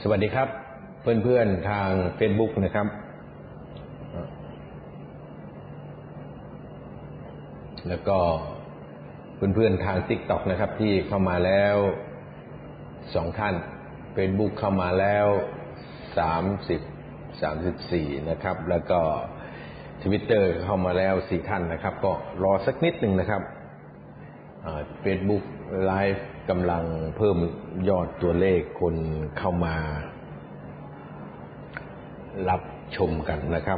สวัสดีครับเพื่อนๆทาง Facebook นะครับแล้วก็เพื่อนๆทาง TikTok นะครับที่เข้ามาแล้ว2ท่าน Facebook เข้ามาแล้ว34นะครับแล้วก็ Twitter เข้ามาแล้ว4ท่านนะครับก็รอสักนิดนึงนะครับFacebook Live กำลังเพิ่มยอดตัวเลขคนเข้ามารับชมกันนะครับ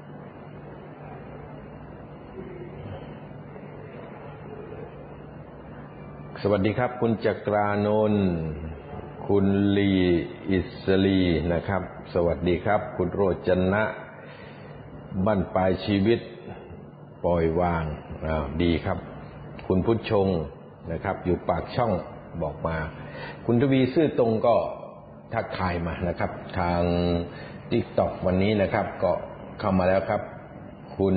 สวัสดีครับคุณจักรานนท์คุณลีอิสรีนะครับสวัสดีครับคุณโรจนะบั้นปลายชีวิตปล่อยวางดีครับคุณพุทธชงนะครับอยู่ปากช่องบอกมาคุณทวีซื่อตรงก็ทักทายมานะครับทาง TikTok วันนี้นะครับก็เข้ามาแล้วครับคุณ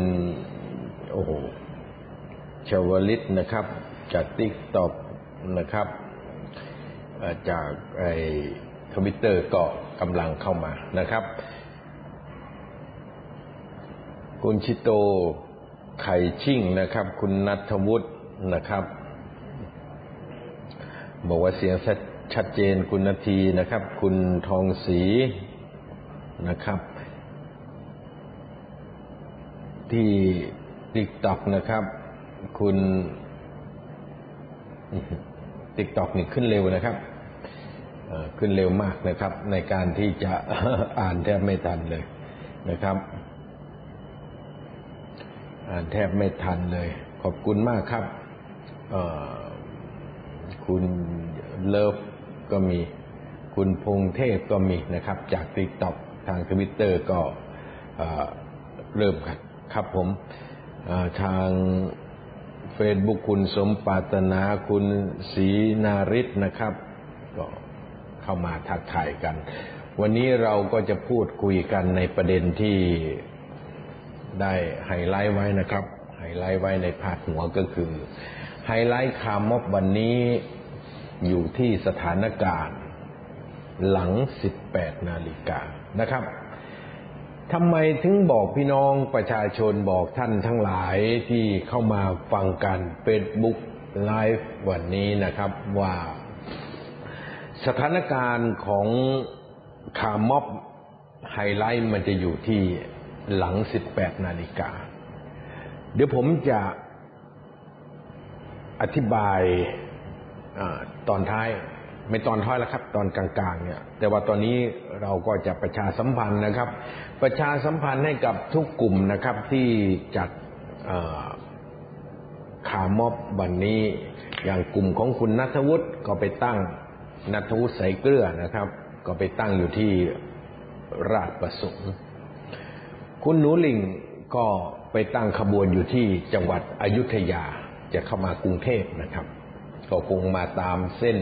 ชวลิตนะครับจาก TikTok นะครับจากคอมพิวเตอร์ก็กำลังเข้ามานะครับคุณชิโตไข่ชิ่งนะครับคุณณัฐวุฒินะครับบอกว่าเสียงชัดเจนคุณนาทีนะครับคุณทองศรีนะครับที่ TikTok นะครับคุณ TikTok นี่ขึ้นเร็วนะครับขึ้นเร็วมากนะครับในการที่จะอ่านแทบไม่ทันเลยนะครับอ่านแทบไม่ทันเลยขอบคุณมากครับคุณเลิฟก็มีคุณพงเทพก็มีนะครับจาก TikTok ทาง Twitter ก็เริ่มกันครับผมทาง Facebook คุณสมปรารถนาคุณศรีนาริศนะครับก็เข้ามาทักทายกันวันนี้เราก็จะพูดคุยกันในประเด็นที่ได้ไฮไลท์ไว้นะครับไฮไลท์ไว้ในพาดหัวก็คือไฮไลท์คาร์ม็อบวันนี้อยู่ที่สถานการณ์หลัง 18 นาฬิกานะครับทำไมถึงบอกพี่น้องประชาชนบอกท่านทั้งหลายที่เข้ามาฟังกัน Facebook Live วันนี้นะครับว่าสถานการณ์ของคาร์ม็อบไฮไลท์มันจะอยู่ที่หลัง 18 นาฬิกาเดี๋ยวผมจะอธิบายตอนท้ายไม่ตอนท้ายแล้วครับตอนกลางๆเนี่ยแต่ว่าตอนนี้เราก็จะประชาสัมพันธ์นะครับประชาสัมพันธ์ให้กับทุกกลุ่มนะครับที่จัดคาร์ม็อบวันนี้อย่างกลุ่มของคุณณัฐวุฒิก็ไปตั้งณัฐวุฒิใสเกลือนะครับก็ไปตั้งอยู่ที่ราชประสงค์คุณหนูหลิ่งก็ไปตั้งขบวนอยู่ที่จังหวัดอยุธยาจะเข้ามากรุงเทพนะครับก็คงมาตามเส้น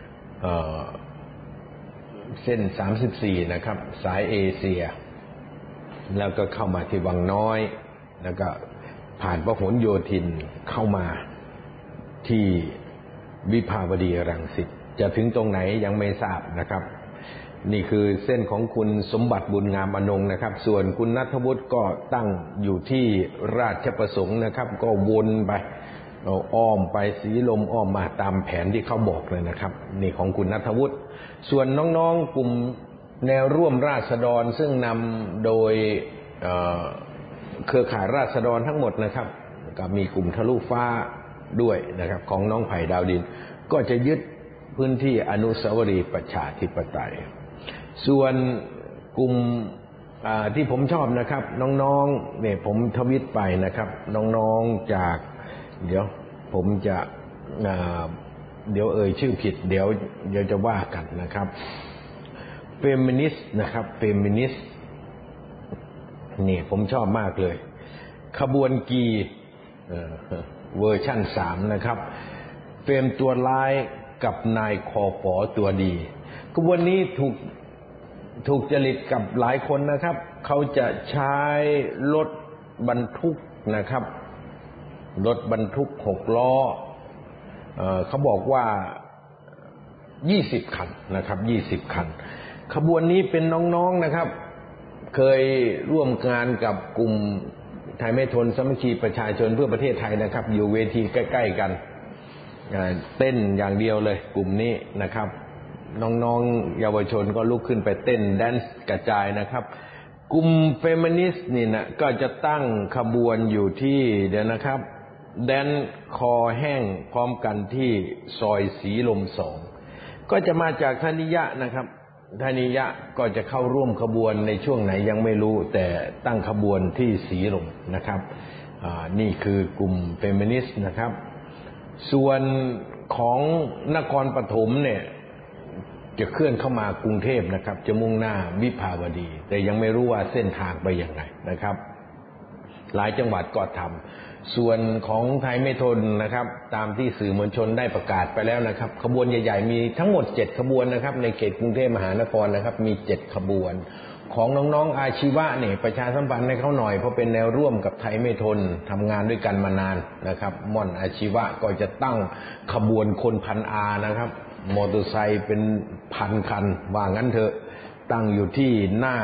34นะครับสายเอเชียแล้วก็เข้ามาที่วังน้อยแล้วก็ผ่านพหลโยธินเข้ามาที่วิภาวดีรังสิตจะถึงตรงไหนยังไม่ทราบนะครับนี่คือเส้นของคุณสมบัติบุญงามอนงค์นะครับส่วนคุณณัฐวุฒิก็ตั้งอยู่ที่ราชประสงค์นะครับก็วนไปอ้อมไปสีลมอ้อมมาตามแผนที่เขาบอกเลยนะครับนี่ของคุณณัฐวุฒิส่วนน้องๆกลุ่มแนวร่วมราษฎรซึ่งนำโดยเครือข่ายราษฎรทั้งหมดนะครับก็มีกลุ่มทะลุฟ้าด้วยนะครับของน้องไผ่ดาวดินก็จะยึดพื้นที่อนุสาวรีย์ประชาธิปไตยส่วนกลุ่มที่ผมชอบนะครับน้องๆเนี่ยผมทวิตไปนะครับน้องๆจากเดี๋ยวผมจะเดี๋ยวเอ่ยชื่อผิดเดี๋ยวจะว่ากันนะครับเฟมินิสต์นะครับเฟมินิสต์นี่ผมชอบมากเลยขบวนกีเวอร์ชั่น3นะครับเฟรมตัวร้ายกับนายคอฝอตัวดีขบวนนี้ถูกจริตกับหลายคนนะครับเขาจะใช้รถบรรทุกนะครับรถบรรทุก6ล้อเขาบอกว่า20คันนะครับ20คันขบวนนี้เป็นน้องๆนะครับ เคยร่วมงานกับกลุ่มไทยไม่ทนสามัคคีประชาชนเพื่อประเทศไทยนะครับอยู่เวทีใกล้ๆกันเต้นอย่างเดียวเลยกลุ่มนี้นะครับน้องๆเยาวชนก็ลุกขึ้นไปเต้นแดนซ์กระจายนะครับกลุ่มเฟมินิสต์นี่นะก็จะตั้งขบวนอยู่ที่เดี๋ยวนะครับแดนคอแห้งพร้อมกันที่ซอยสีลม2ก็จะมาจากธนิยะนะครับธนิยะก็จะเข้าร่วมขบวนในช่วงไหนยังไม่รู้แต่ตั้งขบวนที่สีลมนะครับนี่คือกลุ่มเฟมินิสต์นะครับส่วนของนครปฐมเนี่ยจะเคลื่อนเข้ามากรุงเทพนะครับจะมุ่งหน้าวิภาวดีแต่ยังไม่รู้ว่าเส้นทางไปอย่างไรนะครับหลายจังหวัดก็ทำส่วนของไทยไม่ทนนะครับตามที่สื่อมวลชนได้ประกาศไปแล้วนะครับขบวนใหญ่ๆมีทั้งหมด7ขบวนนะครับในเขตกรุงเทพมหานครนะครับมี7ขบวนของน้องๆอาชีวะเนี่ยประชาสัมพันธ์ให้เขาหน่อยเพราะเป็นแนวร่วมกับไทยไม่ทนทำงานด้วยกันมานานนะครับม่อนอาชีวะก็จะตั้งขบวนคนพันอานะครับมอเตอร์ไซค์เป็นพันคันว่างั้นเถอะตั้งอยู่ที่หน้า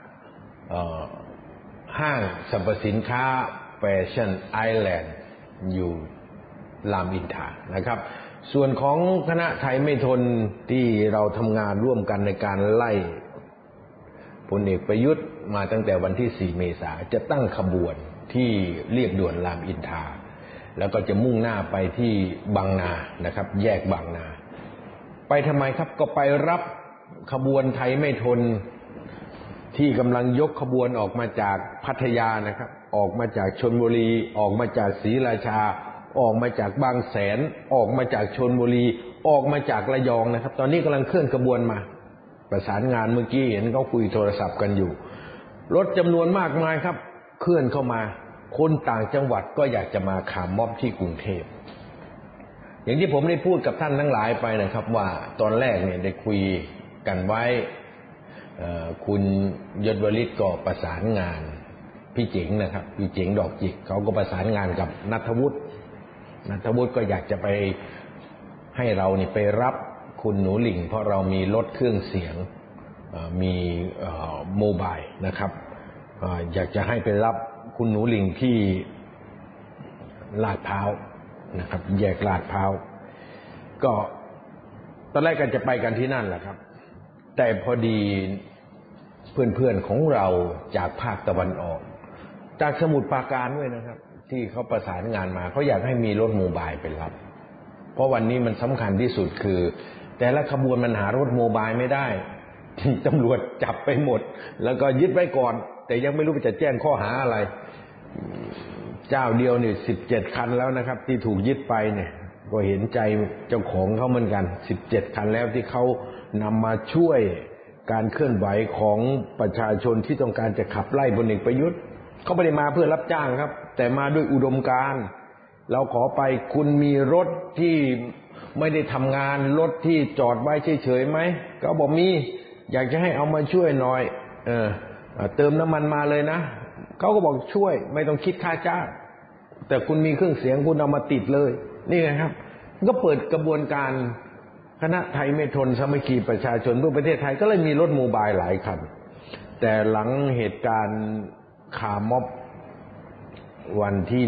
ห้างสรรพสินค้าแฟชั่นไอแลนด์อยู่รามอินทรานะครับส่วนของคณะไทยไม่ทนที่เราทำงานร่วมกันในการไล่พลเอกประยุทธ์มาตั้งแต่วันที่4 เมษายนจะตั้งขบวนที่เรียบด่วนรามอินทราแล้วก็จะมุ่งหน้าไปที่บางนานะครับแยกบางนาไปทำไมครับก็ไปรับขบวนไทยไม่ทนที่กำลังยกขบวนออกมาจากพัทยานะครับออกมาจากชลบุรีออกมาจากศรีราชาออกมาจากบางแสนออกมาจากชลบุรีออกมาจากระยองนะครับตอนนี้กำลังเคลื่อนขบวนมาประสานงานเมื่อกี้เห็นเขาคุยโทรศัพท์กันอยู่รถจำนวนมากมายครับเคลื่อนเข้ามาคนต่างจังหวัดก็อยากจะมาขามม็อบที่กรุงเทพอย่างที่ผมได้พูดกับท่านทั้งหลายไปนะครับว่าตอนแรกเนี่ยได้คุยกันไว้คุณยศวลิตก็ประสานงานพี่เจ๋งนะครับพี่เจ๋งดอกจิกเขาก็ประสานงานกับณัฐวุฒิก็อยากจะไปให้เรานี่ไปรับคุณหนูหลิ่งเพราะเรามีรถเครื่องเสียงมีโมบายนะครับอยากจะให้ไปรับคุณหนูหลิ่งที่ลาดพร้าวนะครับแยกลาดพร้าวก็ตอนแรกกันจะไปกันที่นั่นแหละครับแต่พอดีเพื่อนๆของเราจากภาคตะวันออกจากสมุทรปราการด้วยนะครับที่เขาประสานงานมาเขาอยากให้มีรถโมบายไปรับเพราะวันนี้มันสำคัญที่สุดคือแต่ละขบวนมันหารถโมบายไม่ได้ตำรวจจับไปหมดแล้วก็ยึดไว้ก่อนแต่ยังไม่รู้จะแจ้งข้อหาอะไรเจ้าเดียวนี่17 คันแล้วนะครับที่ถูกยึดไปเนี่ยก็เห็นใจเจ้าของเขาเหมือนกัน17 คันแล้วที่เขานำมาช่วยการเคลื่อนไหวของประชาชนที่ต้องการจะขับไล่พลเอกประยุทธ์เขาไม่ได้มาเพื่อรับจ้างครับแต่มาด้วยอุดมการณ์เราขอไปคุณมีรถที่ไม่ได้ทำงานรถที่จอดไว้เฉยๆไหมก็บอกมีอยากจะให้เอามาช่วยหน่อยเติมน้ำมันมาเลยนะเขาก็บอกช่วยไม่ต้องคิดค่าจ้างแต่คุณมีเครื่องเสียงคุณเอามาติดเลยนี่ไงครับก็เปิดกระบวนการคณะไทยไม่ทนสามัคคีประชาชนเพื่อประเทศไทยก็เลยมีรถโมบายหลายคันแต่หลังเหตุการณ์คาร์ม็อบวันที่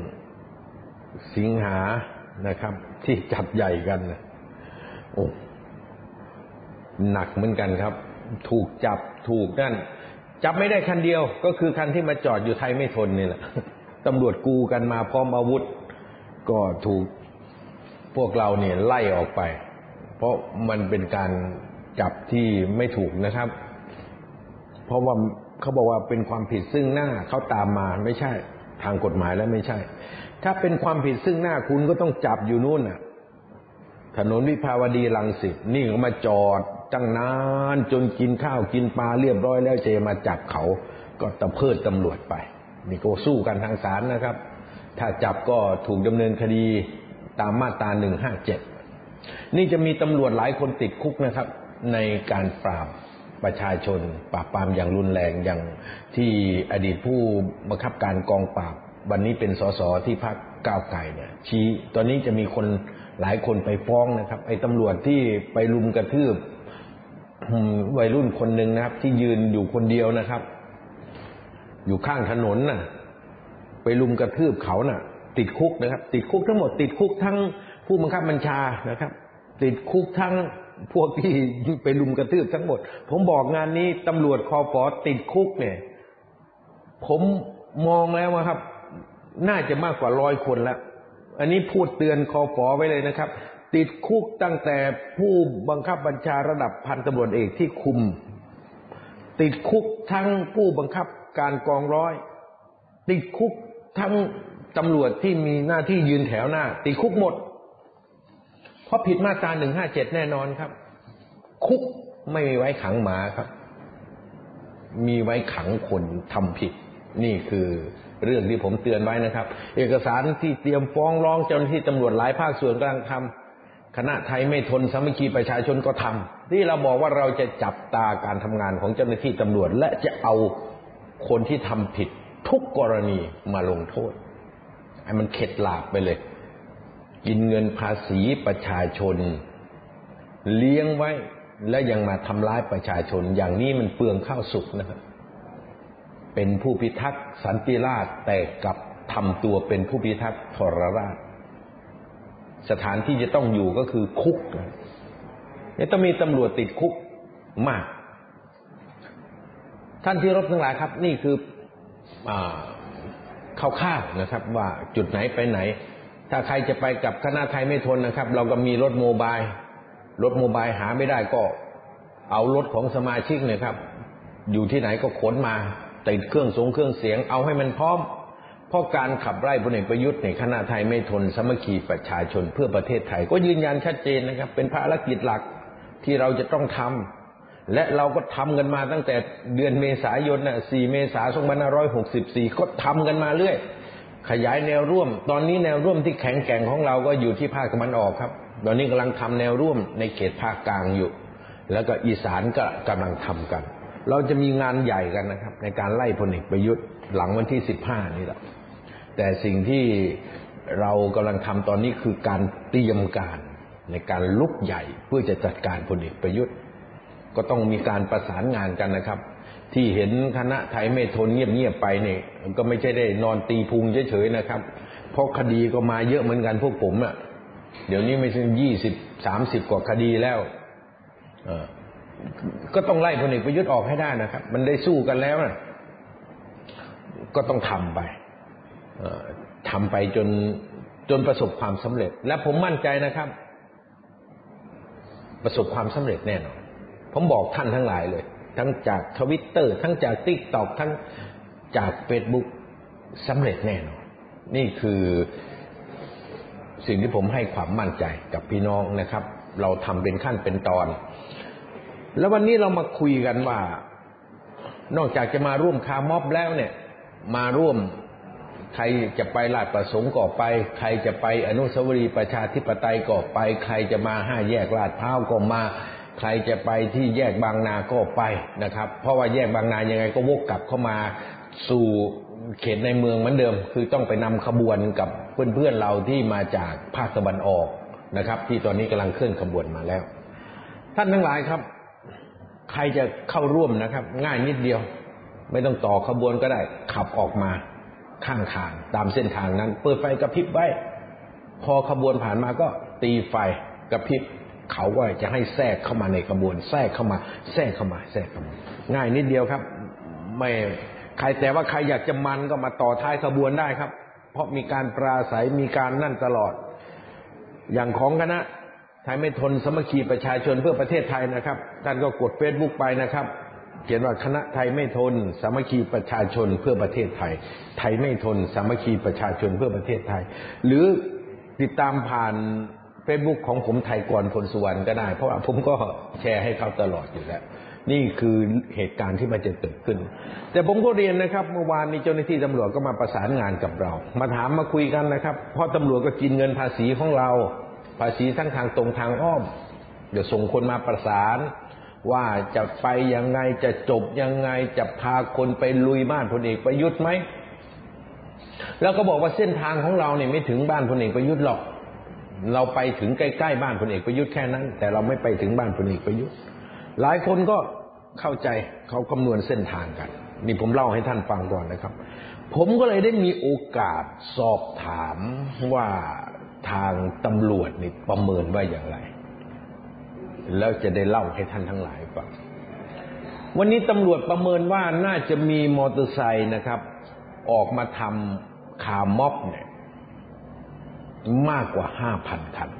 1 สิงหานะครับที่จัดใหญ่กันโอ้หนักเหมือนกันครับถูกจับถูกนั่นจับไม่ได้คันเดียวก็คือคันที่มาจอดอยู่ไทยไม่ทนนี่แหละตำรวจกูกันมาพร้อมอาวุธก็ถูกพวกเราเนี่ยไล่ออกไปเพราะมันเป็นการจับที่ไม่ถูกนะครับเพราะว่าเขาบอกว่าเป็นความผิดซึ่งหน้าเขาตามมาไม่ใช่ทางกฎหมายแล้วไม่ใช่ถ้าเป็นความผิดซึ่งหน้าคุณก็ต้องจับอยู่นู่นน่ะถนนวิภาวดีรังสิตนี่เขามาจอดตั้งนานจนกินข้าวกินปลาเรียบร้อยแล้วจะมาจับเขาก็ตะเพิดตำรวจไปนี่ก็สู้กันทางศาลนะครับถ้าจับก็ถูกดำเนินคดีตามมาตรา157นี่จะมีตำรวจหลายคนติดคุกนะครับในการปราบประชาชนปราบปรามอย่างรุนแรงอย่างที่อดีตผู้บังคับการกองปราบวันนี้เป็นสสที่พรรคก้าวไกลเนี่ยชี้ตอนนี้จะมีคนหลายคนไปฟ้องนะครับไอ้ตำรวจที่ไปรุมกระทืบวัยรุ่นคนหนึ่งนะครับที่ยืนอยู่คนเดียวนะครับ อยู่ข้างถนนน่ะไปลุมกระทืบเขาน่ะติดคุกนะครับติดคุกทั้งหมดติดคุกทั้งผู้บังคับบัญชานะครับติดคุกทั้งพวกที่ไปลุมกระทืบทั้งหมดผมบอกงานนี้ตำรวจคป.ติดคุกเนี่ยผมมองแล้วครับน่าจะมากกว่า100 คนแล้วอันนี้พูดเตือนคป.ไว้เลยนะครับติดคุกตั้งแต่ผู้บังคับบัญชาระดับพันตำรวจเอกที่คุมติดคุกทั้งผู้บังคับการกองร้อยติดคุกทั้งตำรวจที่มีหน้าที่ยืนแถวหน้าติดคุกหมดเพราะผิดมาตรา157แน่นอนครับคุกไม่มีไว้ขังหมาครับมีไว้ขังคนทำผิดนี่คือเรื่องที่ผมเตือนไว้นะครับเอกสารที่เตรียมฟ้องร้องเจ้าหน้าที่ตำรวจหลายภาคส่วนกำลังทำคณะไทยไม่ทนสามัคคีประชาชนก็ทำที่เราบอกว่าเราจะจับตาการทำงานของเจ้าหน้าที่ตำรวจและจะเอาคนที่ทำผิดทุกกรณีมาลงโทษให้มันเข็ดหลาบไปเลยกินเงินภาษีประชาชนเลี้ยงไว้และยังมาทำร้ายประชาชนอย่างนี้มันเปลืองข้าวสุกนะครับเป็นผู้พิทักษ์สันติราษฎร์แต่กลับทำตัวเป็นผู้พิทักษ์ทรราชสถานที่จะต้องอยู่ก็คือคุกเนี่ยต้องมีตำรวจติดคุกมากท่านที่รบทั้งหลายครับนี่คือคร่าวๆนะครับว่าจุดไหนไปไหนถ้าใครจะไปกับคณะไทยไม่ทนนะครับเราก็มีรถโมบายหาไม่ได้ก็เอารถของสมาชิกเนี่ยครับอยู่ที่ไหนก็ขนมาติดเครื่องเสียงเอาให้มันพร้อมเพราะการขับไล่พลเอกประยุทธ์ในคณะไทยไม่ทนสามัคคีประชาชนเพื่อประเทศไทยก็ยืนยันชัดเจนนะครับเป็นภารกิจหลักที่เราจะต้องทำและเราก็ทำกันมาตั้งแต่เดือนเมษายน4 เมษายน 2564ก็ทำกันมาเรื่อยขยายแนวร่วมตอนนี้แนวร่วมที่แข็งแกร่งของเราก็อยู่ที่ภาคตะวันออกครับตอนนี้กำลังทำแนวร่วมในเขตภาคกลางอยู่แล้วก็อีสานก็กำลังทำกันเราจะมีงานใหญ่กันนะครับในการไล่พลเอกประยุทธ์หลังวันที่15นี่แหละแต่สิ่งที่เรากำลังทำตอนนี้คือการเตรียมการในการลุกใหญ่เพื่อจะจัดการพลเอกประยุทธ์ก็ต้องมีการประสานงานกันนะครับที่เห็นคณะไทยไม่ทนเงียบๆไปเนี่ยก็ไม่ใช่ได้นอนตีพุงเฉยๆนะครับเพราะคดีก็มาเยอะเหมือนกันพวกผมเดี๋ยวนี้ไม่ใช่20-30กว่าคดีแล้วก็ต้องไล่พลเอกประยุทธ์ออกให้ได้นะครับมันได้สู้กันแล้วก็ต้องทำไปจนประสบความสำเร็จและผมมั่นใจนะครับประสบความสำเร็จแน่นอนผมบอกท่านทั้งหลายเลยทั้งจาก Twitter ทั้งจาก TikTok ทั้งจาก Facebook สำเร็จแน่นอนนี่คือสิ่งที่ผมให้ความมั่นใจกับพี่น้องนะครับเราทำเป็นขั้นเป็นตอนแล้ววันนี้เรามาคุยกันว่านอกจากจะมาร่วมคาร์ม็อบแล้วเนี่ยมาร่วมใครจะไปลาดประสงค์ก็ไปใครจะไปอนุสาวรีย์ประชาธิปไตยก็ไปใครจะมา5 แยกลาดพร้าวก็มาใครจะไปที่แยกบางนาก็ไปนะครับเพราะว่าแยกบางนายังไงก็วกกลับเข้ามาสู่เขตในเมืองเหมือนเดิมคือต้องไปนำขบวนกับเพื่อนๆเราที่มาจากภาคตะวันออกนะครับที่ตอนนี้กำลังเคลื่อนขบวนมาแล้วท่านทั้งหลายครับใครจะเข้าร่วมนะครับง่ายนิดเดียวไม่ต้องต่อขบวนก็ได้ขับออกมาข้างทางตามเส้นทางนั้นเปิดไฟกระพริบไว้พอขบวนผ่านมาก็ตีไฟกระพริบเขาก็จะให้แทรกเข้ามาในขบวนแทรกเข้ามาง่ายนิดเดียวครับไม่ใครแต่ว่าใครอยากจะมันก็มาต่อท้ายขบวนได้ครับเพราะมีการปราศัยมีการนั่นตลอดอย่างของคณะไทยไม่ทนสามัคคีประชาชนเพื่อประเทศไทยนะครับท่านก็กด Facebook ไปนะครับเขียนว่าคณะไทยไม่ทนสามัคคีประชาชนเพื่อประเทศไทยไทยไม่ทนสามัคคีประชาชนเพื่อประเทศไทยหรือติดตามผ่านFacebook ของผมไทยกรพลสุวรรณก็ได้เพราะว่าผมก็แชร์ให้เขาตลอดอยู่แล้วนี่คือเหตุการณ์ที่มันจะเกิดขึ้นแต่ผมก็เรียนนะครับเมื่อวานนี้เจ้าหน้าที่ตำรวจก็มาประสานงานกับเรามาถามมาคุยกันนะครับเพราะตำรวจก็กินเงินภาษีของเราภาษีทั้งทางตรงทางอ้อมเดี๋ยวส่งคนมาประสานว่าจะไปยังไงจะจบยังไงจะพาคนไปลุยบ้านพลเอกประยุทธ์ไหมแล้วก็บอกว่าเส้นทางของเราเนี่ยไม่ถึงบ้านพลเอกประยุทธ์หรอกเราไปถึงใกล้ๆบ้านพลเอกประยุทธ์แค่นั้นแต่เราไม่ไปถึงบ้านพลเอกประยุทธ์หลายคนก็เข้าใจเขาคำนวณเส้นทางกันนี่ผมเล่าให้ท่านฟังก่อนนะครับผมก็เลยได้มีโอกาสสอบถามว่าทางตำรวจนี่ประเมินว่าอย่างไรแล้วจะได้เล่าให้ท่านทั้งหลายฟังวันนี้ตำรวจประเมินว่าน่าจะมีมอเตอร์ไซค์นะครับออกมาทำคาร์ม็อบเนี่ยมากกว่า 5,000 คัน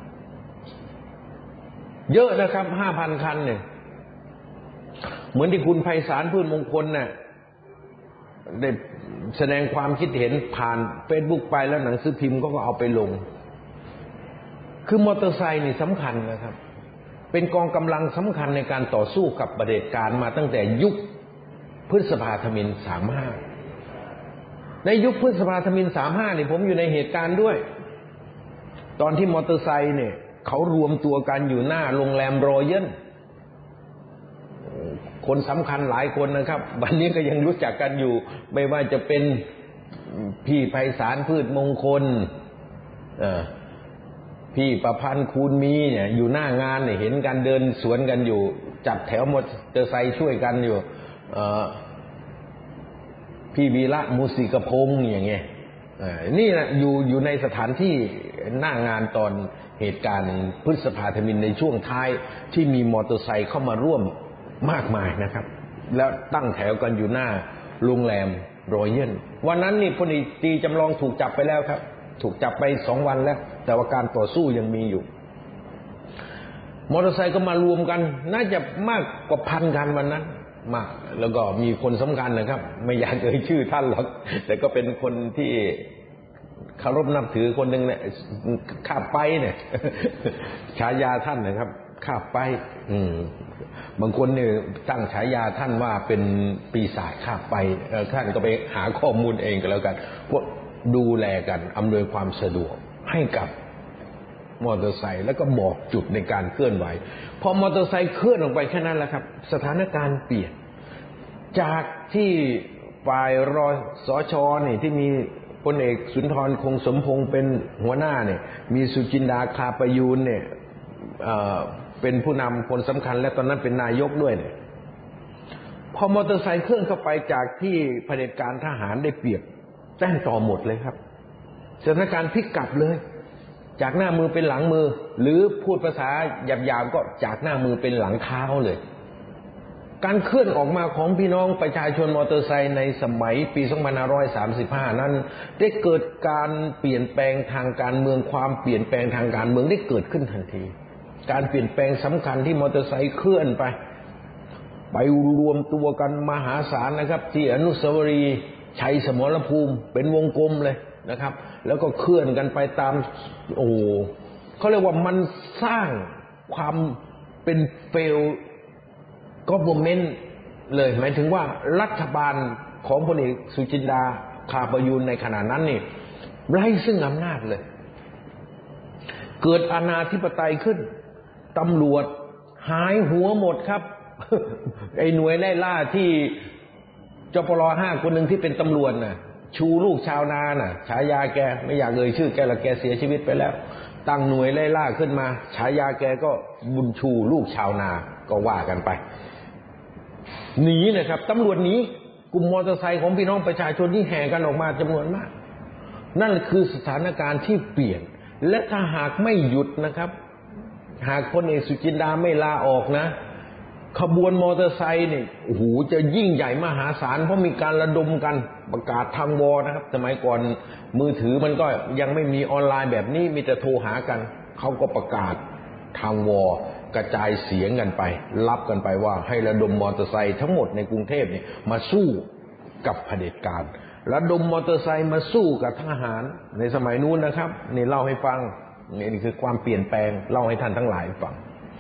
เยอะนะครับ 5,000 คันเนี่ยเหมือนที่คุณไพศาลพืชมงคลน่ะได้แสดงความคิดเห็นผ่าน Facebook ไปแล้วหนังสือพิมพ์ก็เอาไปลงคือมอเตอร์ไซค์นี่สำคัญนะครับเป็นกองกำลังสำคัญในการต่อสู้กับเผด็จการมาตั้งแต่ยุคพฤษภาธมิฬ 35ในยุคพฤษภาธมิฬ 35นี่ผมอยู่ในเหตุการณ์ด้วยตอนที่มอเตอร์ไซค์เนี่ยเขารวมตัวกันอยู่หน้าโรงแรมรอยัลคนสำคัญหลายคนนะครับวันนี้ก็ยังรู้จักกันอยู่ไม่ว่าจะเป็นพี่ไพศาลพืชมงคลพี่ประพันธ์คูณมีเนี่ยอยู่หน้างานเนี่ยเห็นกันเดินสวนกันอยู่จัดแถวมอเตอร์ไซค์ช่วยกันอยู่พี่วีระมุสิกพงษ์อย่างเงี้ยนี่นะอยู่ในสถานที่หน้างานตอนเหตุการณ์พฤษภาธมิฬในช่วงท้ายที่มีมอเตอร์ไซค์เข้ามาร่วมมากมายนะครับแล้วตั้งแถวกันอยู่หน้าโรงแรมรอยัลวันนั้นนี่พลตรีจำลองถูกจับไปแล้วครับถูกจับไป2 วันแล้วแต่ว่าการต่อสู้ยังมีอยู่มอเตอร์ไซค์ก็มารวมกันน่าจะมากกว่า1,000 คันวันนั้นมากแล้วก็มีคนสำคัญนะครับไม่อยากเอ่ยชื่อท่านหรอกแต่ก็เป็นคนที่เคารพนับถือคนหนึ่งเนี่ยข้าไปเนี่ยฉายาท่านนะครับข้าไปบางคนเนี่ยตั้งฉายาท่านว่าเป็นปีศาจข้าไปท่านก็ไปหาข้อมูลเองก็แล้วกันพวกดูแลกันอำนวยความสะดวกให้กับมอเตอร์ไซค์แล้วก็บอกจุดในการเคลื่อนไหวพอมอเตอร์ไซค์เคลื่อนออกไปแค่นั้นแหละครับสถานการณ์เปลี่ยนจากที่ฝ่ายรสช.นี่ที่มีพลเอกสุนทรคงสมพงษ์เป็นหัวหน้าเนี่ยมีสุจินดาคาประยูรเนี่ยเป็นผู้นำคนสำคัญและตอนนั้นเป็นนายกด้วยเนี่ยพอมอเตอร์ไซค์เคลื่อนเข้าไปจากที่เผด็จการทหารได้เปรียบแต้มต่อหมดเลยครับสถานการณ์พลิกกลับเลยจากหน้ามือเป็นหลังมือหรือพูดภาษาหยาบๆก็จากหน้ามือเป็นหลังเท้าเลยการเคลื่อนออกมาของพี่น้องประชาชนมอเตอร์ไซค์ในสมัยปี2535นั้นได้เกิดการเปลี่ยนแปลงทางการเมืองความเปลี่ยนแปลงทางการเมืองได้เกิดขึ้นทันทีการเปลี่ยนแปลงสำคัญที่มอเตอร์ไซค์เคลื่อนไปรวมตัวกันมหาศาลนะครับที่อนุสาวรีย์ชัยสมรภูมิเป็นวงกลมเลยนะครับแล้วก็เคลื่อนกันไปตามเขาเรียกว่ามันสร้างความเป็นเฟลก็โมเมนต์เลยหมายถึงว่ารัฐบาลของพลเอกสุจินดาคาประยูรในขณะนั้นนี่ไร้ซึ่งอำนาจเลยเกิดอาณาธิปไตยขึ้นตำรวจหายหัวหมดครับ ไอ้หน่วยไล่ล่าที่จปร5คนหนึ่งที่เป็นตำรวจน่ะชูลูกชาวนาน่ะฉายาแกไม่อยากเอ่ยชื่อแกละแกเสียชีวิตไปแล้วตั้งหน่วยไล่ล่าขึ้นมาฉายาแกก็บุญชูลูกชาวนาก็ว่ากันไปหนีนะครับตำรวจหนีกลุ่มมอเตอร์ไซค์ของพี่น้องประชาชนที่แห่กันออกมาจำนวนมากนั่นคือสถานการณ์ที่เปลี่ยนและถ้าหากไม่หยุดนะครับหากพลเอกสุจินดาไม่ลาออกนะขบวนมอเตอร์ไซค์นี่โอ้โหจะยิ่งใหญ่มหาศาลเพราะมีการระดมกันประกาศทางวอนะครับสมัยก่อนมือถือมันก็ยังไม่มีออนไลน์แบบนี้มีแต่โทรหากันเขาก็ประกาศทางวอกระจายเสียงกันไปรับกันไปว่าให้ระดมมอเตอร์ไซค์ทั้งหมดในกรุงเทพนี่มาสู้กับเผด็จการระดมมอเตอร์ไซค์มาสู้กับทหารในสมัยนู้นนะครับนี่เล่าให้ฟังนี่คือความเปลี่ยนแปลงเล่าให้ท่านทั้งหลายฟัง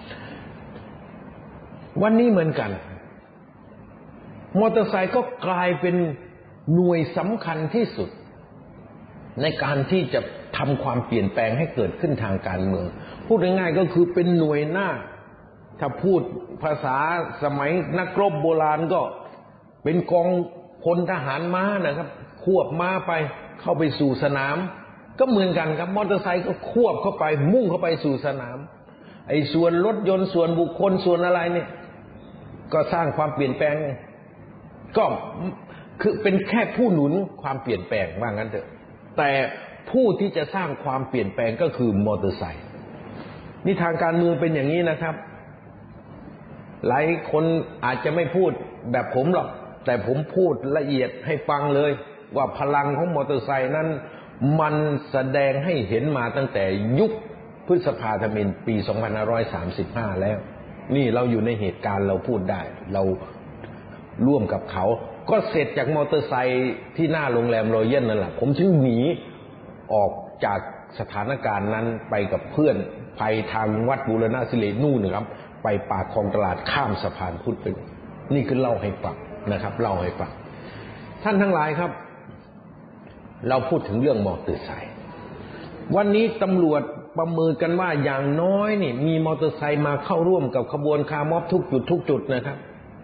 วันนี้เหมือนกันมอเตอร์ไซค์ก็กลายเป็นหน่วยสำคัญที่สุดในการที่จะทำความเปลี่ยนแปลงให้เกิดขึ้นทางการเมืองพูดง่ายๆก็คือเป็นหน่วยหน้าถ้าพูดภาษาสมัยนักรบโบราณก็เป็นกองพลทหารม้านะครับควบม้าไปเข้าไปสู่สนามก็เหมือนกันครับมอเตอร์ไซค์ก็ควบเข้าไปมุ่งเข้าไปสู่สนามไอ้ส่วนรถยนต์ส่วนบุคคลส่วนอะไรเนี่ยก็สร้างความเปลี่ยนแปลงก็คือเป็นแค่ผู้หนุนความเปลี่ยนแปลงว่างั้นเถอะแต่ผู้ที่จะสร้างความเปลี่ยนแปลงก็คือมอเตอร์ไซค์นี่ทางการเมืองเป็นอย่างนี้นะครับหลายคนอาจจะไม่พูดแบบผมหรอกแต่ผมพูดละเอียดให้ฟังเลยว่าพลังของมอเตอร์ไซค์นั้นมันแสดงให้เห็นมาตั้งแต่ยุคพฤษภาธมิฬปี2535แล้วนี่เราอยู่ในเหตุการณ์เราพูดได้เราร่วมกับเขาก็เสร็จจากมอเตอร์ไซค์ที่หน้าโรงแรมรอยัลนั่นแหละผมถึงหนีออกจากสถานการณ์นั้นไปกับเพื่อนไปทางวัดบูรณะศิรินู่นนะครับไปปากคลองตลาดข้ามสะพานพุทธไปนี่คือเล่าให้ฟังนะครับเล่าให้ฟังท่านทั้งหลายครับเราพูดถึงเรื่องมอเตอร์ไซค์วันนี้ตำรวจประเมินกันว่าอย่างน้อยนี่มีมอเตอร์ไซค์มาเข้าร่วมกับขบวนคาร์ม็อบทุกจุดนะครับ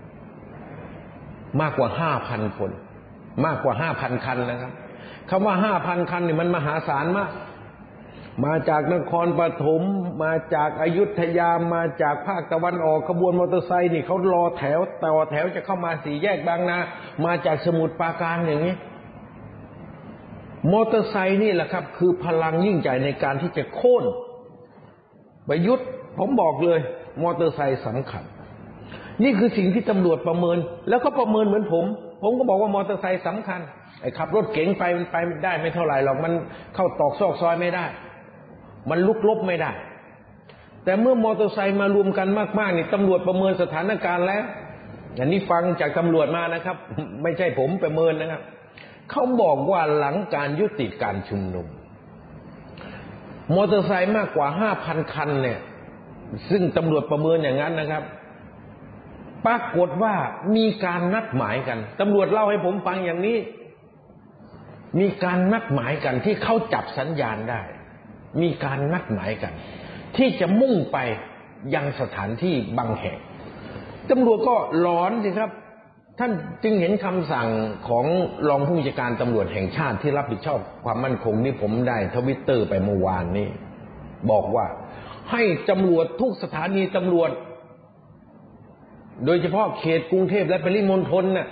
มากกว่า 5,000 คนมากกว่า 5,000 คันนะครับคำว่า 5,000 คันนี่มันมหาศาลมากมาจากนครปฐมมาจากอยุธยามาจากภาคตะวันออกขบวนมอเตอร์ไซค์นี่เขารอแถวต่อแถวจะเข้ามาสี่แยกบางนามาจากสมุทรปราการอย่างนี้มอเตอร์ไซค์นี่แหละครับคือพลังยิ่งใหญ่ในการที่จะโค่นประยุทธ์ผมบอกเลยมอเตอร์ไซค์สำคัญนี่คือสิ่งที่ตำรวจประเมินแล้วก็ประเมินเหมือนผมก็บอกว่ามอเตอร์ไซค์สำคัญไอ้ขับรถเก๋งไปมันไปได้ไม่เท่าไหร่หรอกมันเข้าตอกซอกซอยไม่ได้มันลุกลบไม่ได้แต่เมื่อมอเตอร์ไซค์มารวมกันมากๆนี่ตำรวจประเมินสถานการณ์แล้วอันนี้ฟังจากตำรวจมานะครับไม่ใช่ผมประเมินนะครับเขาบอกว่าหลังการยุติการชุมนุมมอเตอร์ไซค์มากกว่า 5,000 คันเนี่ยซึ่งตำรวจประเมินอย่างนั้นนะครับปรากฏว่ามีการนัดหมายกันตำรวจเล่าให้ผมฟังอย่างนี้มีการนัดหมายกันที่เขาจับสัญญาณได้มีการนัดหมายกันที่จะมุ่งไปยังสถานที่บางแห่งตำรวจก็ร้อนสิครับท่านจึงเห็นคำสั่งของรองผู้บัญชาการตำรวจแห่งชาติที่รับผิดชอบความมั่นคงนี่ผมได้ทวิตเตอร์ไปเมื่อวานนี้บอกว่าให้ตำรวจทุกสถานีตำรวจโดยเฉพาะเขตกรุงเทพและปริมณฑลน่ะ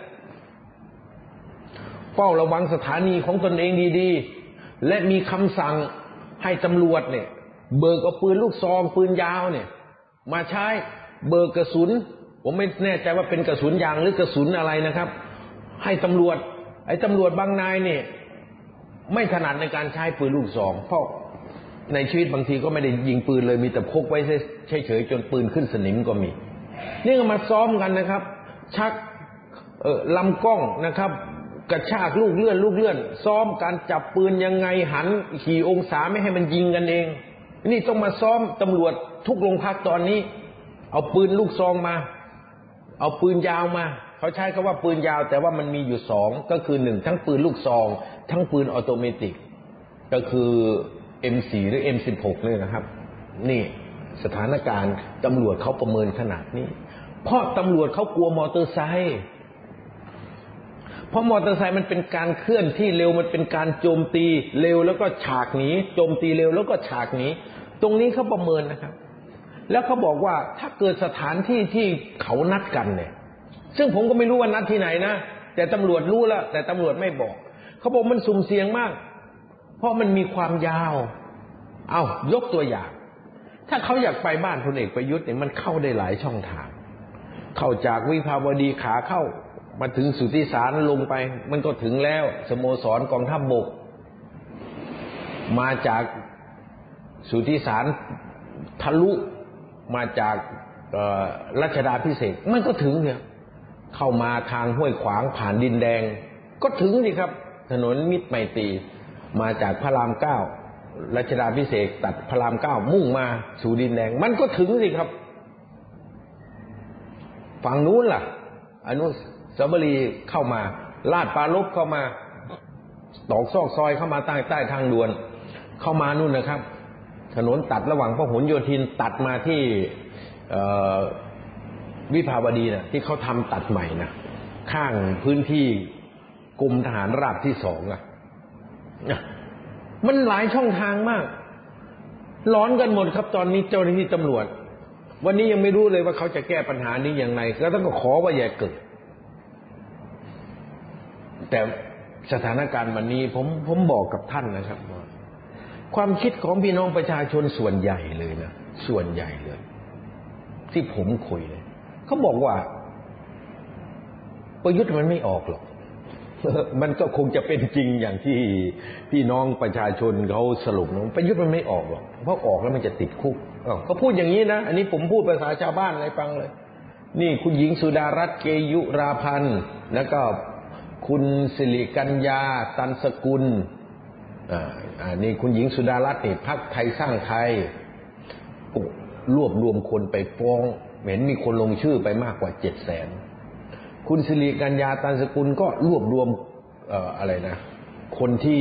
เฝ้าระวังสถานีของตนเองดีๆและมีคำสั่งให้ตำรวจเนี่ยเบิกเอาปืนลูกซองปืนยาวเนี่ยมาใช้เบิกกระสุนผมไม่แน่ใจว่าเป็นกระสุนยางหรือกระสุนอะไรนะครับให้ตำรวจไอ้ตำรวจบางนายเนี่ยไม่ถนัดในการใช้ปืนลูกซองเพราะในชีวิตบางทีก็ไม่ได้ยิงปืนเลยมีแต่พกไว้เฉยๆจนปืนขึ้นสนิมก็มีนี่ก็มาซ้อมกันนะครับชักลำกล้องนะครับกระชากลูกเลื่อนซ้อมการจับปืนยังไงหันกี่องศาไม่ให้มันยิงกันเองนี่ต้องมาซ้อมตำรวจทุกโรงพักตอนนี้เอาปืนลูกซองมาเอาปืนยาวมาเขาใช้คำว่าปืนยาวแต่ว่ามันมีอยู่2ก็คือ1ทั้งปืนลูกซองทั้งปืนออโตเมติกก็คือ M4 หรือ M16 เลยนะครับนี่สถานการณ์ตำรวจเขาประเมินขนาดนี้เพราะตำรวจเขากลัวมอเตอร์ไซค์เพราะมอเตอร์ไซค์มันเป็นการเคลื่อนที่เร็วมันเป็นการโจมตีเร็วแล้วก็ฉากหนีโจมตีเร็วแล้วก็ฉากหนีตรงนี้เขาประเมินนะครับแล้วเขาบอกว่าถ้าเกิดสถานที่ที่เขานัดกันเนี่ยซึ่งผมก็ไม่รู้ว่านัดที่ไหนนะแต่ตำรวจรู้แล้วแต่ตำรวจไม่บอกเขาบอกมันสุ่มเสี่ยงมากเพราะมันมีความยาวยกตัวอย่างถ้าเขาอยากไปบ้านพลเอกประยุทธ์เนี่ยมันเข้าได้หลายช่องทางเข้าจากวิภาวดีขาเข้ามาถึงสุทธิสารลงไปมันก็ถึงแล้วสโมสรกองทัพบกมาจากสุทธิสารทะลุมาจากรัชดาภิเษกมันก็ถึงเนี่ยเข้ามาทางห้วยขวางผ่านดินแดงก็ถึงสิครับถนนมิตรไมตรีมาจากพระราม9รัชดาภิเษกตัดพระราม9มุ่งมาสู่ดินแดงมันก็ถึงสิครับฝั่งนู้นล่ะอนุสาวรีย์เข้ามาลาดปรารภเข้ามาตอกซอกซอยเข้ามาใต้ทางด่วนเข้ามานู่นนะครับถนนตัดระหว่างพหลโยธินตัดมาที่วิภาวดีนะที่เขาทำตัดใหม่นะข้างพื้นที่กรมทหารราบที่2มันหลายช่องทางมากร้อนกันหมดครับตอนนี้เจ้าหน้าที่ตำรวจวันนี้ยังไม่รู้เลยว่าเขาจะแก้ปัญหานี้อย่างไรก็ต้องขอว่าอย่าเกิดแต่สถานการณ์วันนี้ผมบอกกับท่านนะครับว่าความคิดของพี่น้องประชาชนส่วนใหญ่เลยนะส่วนใหญ่เลยที่ผมคุยเลยเขาบอกว่าประยุทธ์มันไม่ออกหรอกมันก็คงจะเป็นจริงอย่างที่พี่น้องประชาชนเขาสรุปนะประยุทธ์มันไม่ออกหรอกเพราะออกแล้วมันจะติดคุกเขาพูดอย่างนี้นะอันนี้ผมพูดภาษาชาวบ้านให้ฟังเลยนี่คุณหญิงสุดารัตน์เกยุราพันธ์แล้วก็คุณสิริกัญญาตันสกุลนี่คุณหญิงสุดารัตน์นี่พรรคไทยสร้างไทยรวบรวมคนไปฟ้องเห็นมีคนลงชื่อไปมากกว่า700,000คุณสิริกัญญาตันสกุลก็รวบรวมอะไรนะคนที่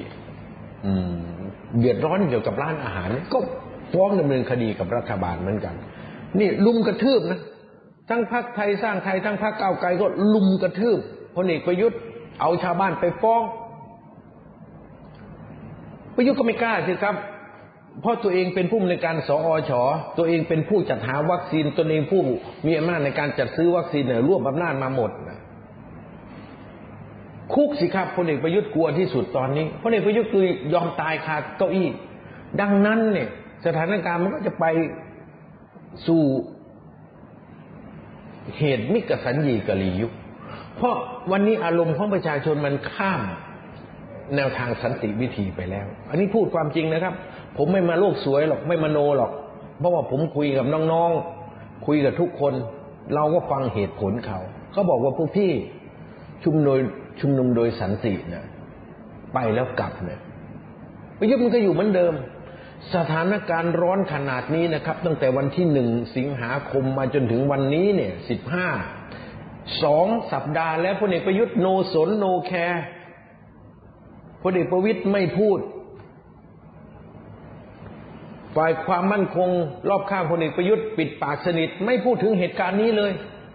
เดือดร้อนเกี่ยวกับร้านอาหารก็ฟ้องดำเนินคดีกับรัฐบาลเหมือนกันนี่ลุมกระทืบนะทั้งพรรคไทยสร้างไทยทั้งพรรคก้าวไกลก็ลุมกระทืบพลเอกประยุทธ์เอาชาวบ้านไปฟ้องประยุทธ์ก็ไม่กล้าสิครับเพราะตัวเองเป็นผู้อำนวยการสอช.ตัวเองเป็นผู้จัดหาวัคซีนตัวเองผู้มีอำนาจในการจัดซื้อวัคซีนรวบอำนาจมาหมดคุกสิครับพลเอกประยุทธ์กลัวที่สุดตอนนี้พลเอกประยุทธ์คือยอมตายคาเก้าอี้ดังนั้นเนี่ยสถานการณ์มันก็จะไปสู่เหตุมิกสัญญีกะลียุคเพราะวันนี้อารมณ์ของประชาชนมันข้ามแนวทางสันติวิธีไปแล้วอันนี้พูดความจริงนะครับผมไม่มาโลกสวยหรอกไม่มโนหรอกเพราะว่าผมคุยกับน้องๆคุยกับทุกคนเราก็ฟังเหตุผลเขาบอกว่าพวกพี่ชุมนุมโดยสันติเนี่ยไปแล้วกลับเนี่ยประยุทธ์มันก็อยู่เหมือนเดิมสถานการณ์ร้อนขนาดนี้นะครับตั้งแต่วันที่1 สิงหาคมมาจนถึงวันนี้เนี่ย2 สัปดาห์แล้วพลเอกประยุทธ์โนสนโนแคร์พลเอกประวิตรไม่พูดฝ่ายความมั่นคงรอบข้างพลเอกประยุทธ์ปิดปากสนิทไม่พูดถึงเหตุการณ์นี้เลย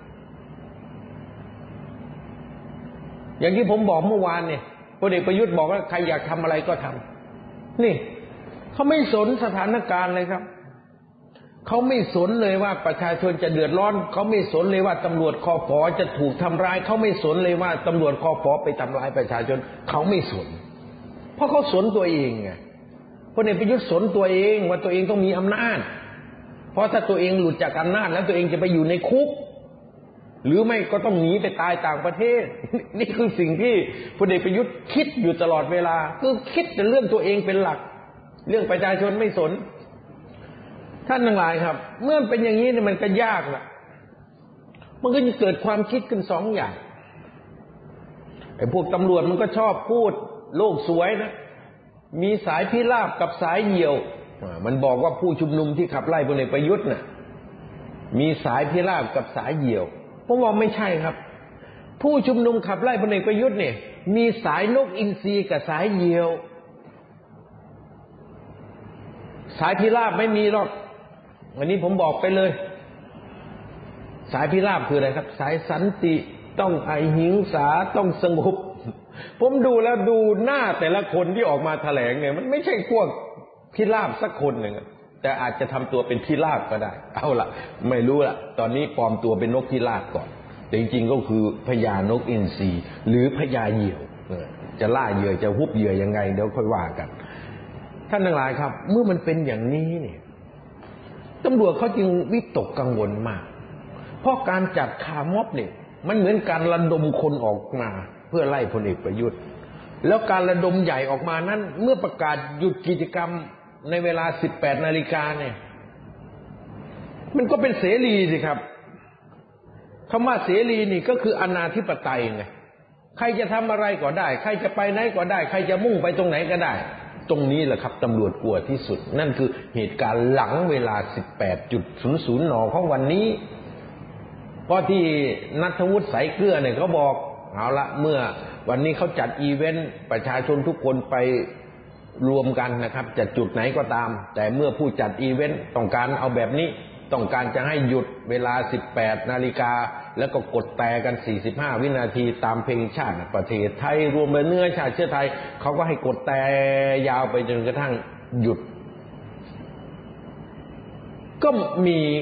อย่างที่ผมบอกเมื่อวานเนี่ยพลเอกประยุทธ์บอกว่าใครอยากทำอะไรก็ทำนี่เขาไม่สนสถานการณ์เลยครับเขาไม่สนเลยว่าประชาชนจะเดือดร้อนเขาไม่สนเลยว่าตำรวจคผ.จะถูกทำร้ายเขาไม่สนเลยว่าตำรวจคผ.ไปทำร้ายประชาชนเขาไม่สนเพราะเขาสนตัวเองไงพลเอกประยุทธ์สนตัวเองว่าตัวเองต้องมีอำนาจเพราะถ้าตัวเองหลุดจากอำนาจแล้วตัวเองจะไปอยู่ในคุกหรือไม่ก็ต้องหนีไปตายต่างประเทศนี่คือสิ่งที่พลเอกประยุทธ์คิดอยู่ตลอดเวลาคือคิดแต่เรื่องตัวเองเป็นหลักเรื่องประชาชนไม่สนท่านทั้งหลายครับเมื่อเป็นอย่างนี้เนี่ยมันก็ยากละมันก็จะเกิดความคิดขึ้น2 อย่างไอ้พวกตำรวจมันก็ชอบพูดโลกสวยนะมีสายพิราบกับสายเหี่ยวมันบอกว่าผู้ชุมนุมที่ขับไล่พลเอกประยุทธ์น่ะมีสายพิราบกับสายเหี่ยวผมว่าไม่ใช่ครับผู้ชุมนุมขับไล่พลเอกประยุทธ์เนี่ยมีสายนกอินทรีกับสายเหี่ยวสายพิราบไม่มีหรอกวันนี้ผมบอกไปเลยสายพิราบคืออะไรครับสายสันติต้องอหิงสาต้องสงบผมดูแล้วดูหน้าแต่ละคนที่ออกมาแถลงเนี่ยมันไม่ใช่พวกพิราบสักคนหนึ่งแต่อาจจะทำตัวเป็นพิราบก็ได้เอาล่ะไม่รู้ล่ะตอนนี้ปลอมตัวเป็นนกพิราบก่อนแต่จริงๆก็คือพญานกอินทรีหรือพญาเหยี่ยวจะล่าเหยื่อจะฮุบเหยื่อยังไงเดี๋ยวค่อยว่ากันท่านทั้งหลายครับเมื่อมันเป็นอย่างนี้เนี่ยตำรวจเขาจึงวิตกกังวลมากเพราะการจัดคาร์ม็อบเนี่ยมันเหมือนการระดมคนออกมาเพื่อไล่พลเอกประยุทธ์แล้วการระดมใหญ่ออกมานั้นเมื่อประกาศหยุดกิจกรรมในเวลา 18 นาฬิกาเนี่ยมันก็เป็นเสรีสิครับคำว่าเสรีนี่ก็คืออนาธิปไตยไงใครจะทำอะไรก็ได้ใครจะไปไหนก็ได้ใครจะมุ่งไปตรงไหนก็ได้ตรงนี้แหละครับตำรวจกลัวที่สุดนั่นคือเหตุการณ์หลังเวลา 18.00 น.ของวันนี้เพราะที่ณัฐวุฒิสายเกลือเนี่ยเขาบอกเอาละเมื่อวันนี้เขาจัดอีเวนต์ประชาชนทุกคนไปรวมกันนะครับจะจุดไหนก็ตามแต่เมื่อผู้จัดอีเวนต์ต้องการเอาแบบนี้ต้องการจะให้หยุดเวลา 18 นาฬิกาแล้วก็กดแตรกัน45 วินาทีตามเพลงชาติประเทศไทยรวมเนื้อชาติเชื้อไทยเขาก็ให้กดแตรยาวไปจนกระทั่งหยุดก็มี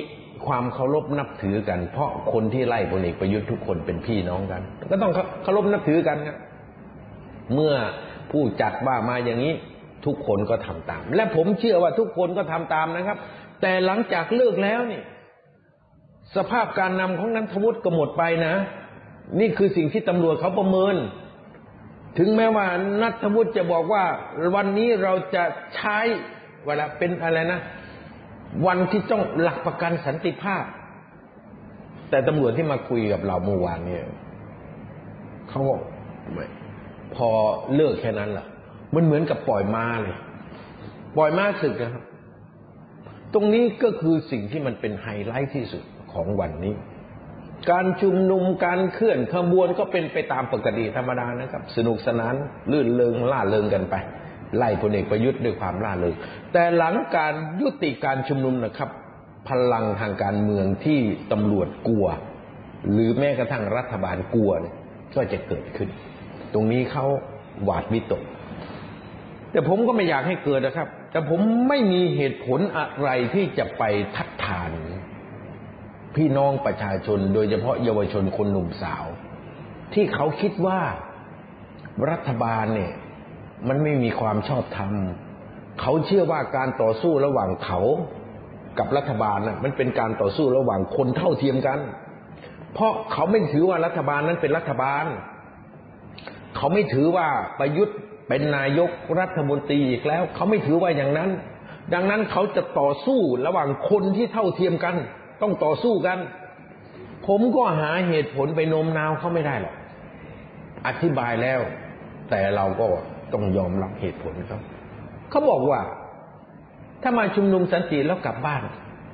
ความเคารพนับถือกันเพราะคนที่ไล่พลเอกประยุทธ์ทุกคนเป็นพี่น้องกันก็ต้องเคารพนับถือกันครับเมื่อผู้จัดว่ามาอย่างนี้ทุกคนก็ทำตามและผมเชื่อว่าทุกคนก็ทำตามนะครับแต่หลังจากเลิกแล้วนี่สภาพการนำของนัทวุฒิก็หมดไปนะนี่คือสิ่งที่ตำรวจเขาประเมินถึงแม้ว่านัทวุฒิจะบอกว่าวันนี้เราจะใช้เวลาเป็นอะไรนะวันที่ต้องหลักประกันสันติภาพแต่ตำรวจที่มาคุยกับเราเมื่อวานเนี่ยเขาบอกพอเลิกแค่นั้นล่ะมันเหมือนกับปล่อยม้าเลยปล่อยม้าศึกนะครับตรงนี้ก็คือสิ่งที่มันเป็นไฮไลท์ที่สุดของวันนี้การชุมนุมการเคลื่อนขบวนก็เป็นไปตามปกติธรรมดานะครับสนุกสนานลื่นเริงล่าเริงกันไปไล่พลเอกประยุทธ์ด้วยความล่าเริงแต่หลังการยุติการชุมนุมนะครับพลังทางการเมืองที่ตำรวจกลัวหรือแม้กระทั่งรัฐบาลกลัวก็จะเกิดขึ้นตรงนี้เขาหวาดวิตกแต่ผมก็ไม่อยากให้เกิดนะครับแต่ผมไม่มีเหตุผลอะไรที่จะไปทัดทานพี่น้องประชาชนโดยเฉพาะเยาวชนคนหนุ่มสาวที่เขาคิดว่ารัฐบาลเนี่ยมันไม่มีความชอบธรรมเขาเชื่อว่าการต่อสู้ระหว่างเขากับรัฐบาลน่ะมันเป็นการต่อสู้ระหว่างคนเท่าเทียมกันเพราะเขาไม่ถือว่ารัฐบาลนั้นเป็นรัฐบาลเขาไม่ถือว่าประยุทธ์เป็นนายกรัฐมนตรีอีกแล้วเขาไม่ถือว่าอย่างนั้นดังนั้นเขาจะต่อสู้ระหว่างคนที่เท่าเทียมกันต้องต่อสู้กันผมก็หาเหตุผลไปโน้มน้าวเขาไม่ได้หรอกอธิบายแล้วแต่เราก็ต้องยอมรับเหตุผลเขาบอกว่าถ้ามาชุมนุมสันติแล้วกลับบ้าน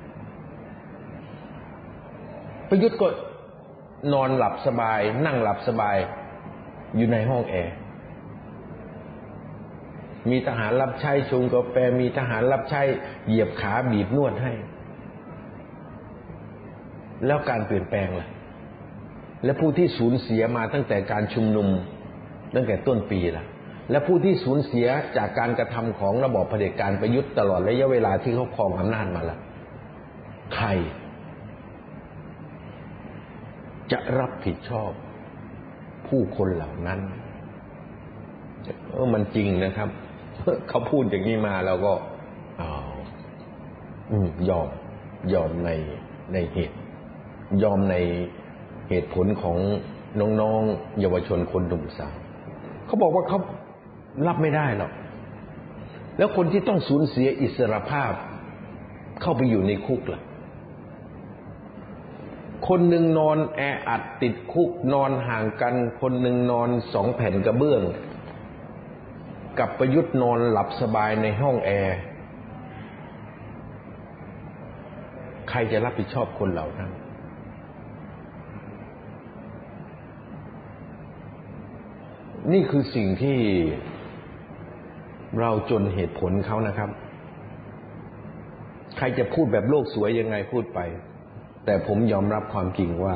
ประยุทธ์ก็นอนหลับสบายนั่งหลับสบายอยู่ในห้องแอร์มีทหารรับใช้ชงกาแฟมีทหารรับใช้เหยียบขาบีบนวดให้แล้วการเปลี่ยนแปลงล่ะและผู้ที่สูญเสียมาตั้งแต่การชุมนุมตั้งแต่ต้นปีล่ะและผู้ที่สูญเสียจากการกระทำของระบอบเผด็จการประยุทธ์ตลอดระยะเวลาที่เขาครองอำนาจมาล่ะใครจะรับผิดชอบผู้คนเหล่านั้นมันจริงนะครับเขาพูดอย่างนี้มาเราก็ยอมในเหตุยอมในเหตุผลของน้องๆเยาวชนคนหนุ่มสาวเขาบอกว่าเขารับไม่ได้หรอกแล้วคนที่ต้องสูญเสียอิสรภาพเข้าไปอยู่ในคุกล่ะคนหนึ่งนอนแออัดติดคุกนอนห่างกันคนหนึ่งนอน2 แผ่นกระเบื้องกับประยุทธ์นอนหลับสบายในห้องแอร์ใครจะรับผิดชอบคนเหล่านั้นนี่คือสิ่งที่เราจนเหตุผลเขานะครับใครจะพูดแบบโลกสวยยังไงพูดไปแต่ผมยอมรับความจริงว่า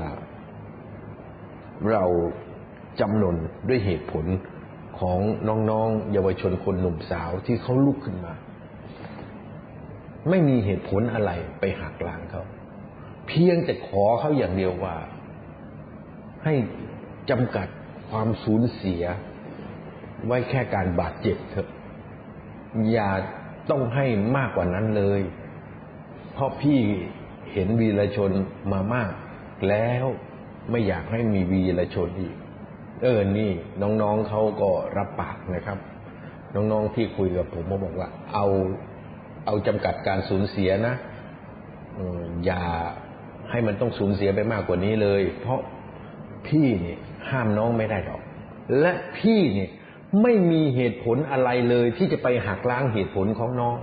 เราจำนนด้วยเหตุผลของน้องๆเยาวชนคนหนุ่มสาวที่เขาลุกขึ้นมาไม่มีเหตุผลอะไรไปหักล้างเขาเพียงแต่ขอเขาอย่างเดียวว่าให้จำกัดความสูญเสียไว้แค่การบาดเจ็บเถอะอย่าต้องให้มากกว่านั้นเลยเพราะพี่เห็นวีรชนมามากแล้วไม่อยากให้มีวีรชนอีกนี่น้องๆเขาก็รับปากนะครับน้องๆที่คุยกับผมบอกว่าเอาจำกัดการสูญเสียนะอย่าให้มันต้องสูญเสียไปมากกว่านี้เลยเพราะพี่เนี่ยห้ามน้องไม่ได้หรอกและพี่เนี่ยไม่มีเหตุผลอะไรเลยที่จะไปหักล้างเหตุผลของน้อง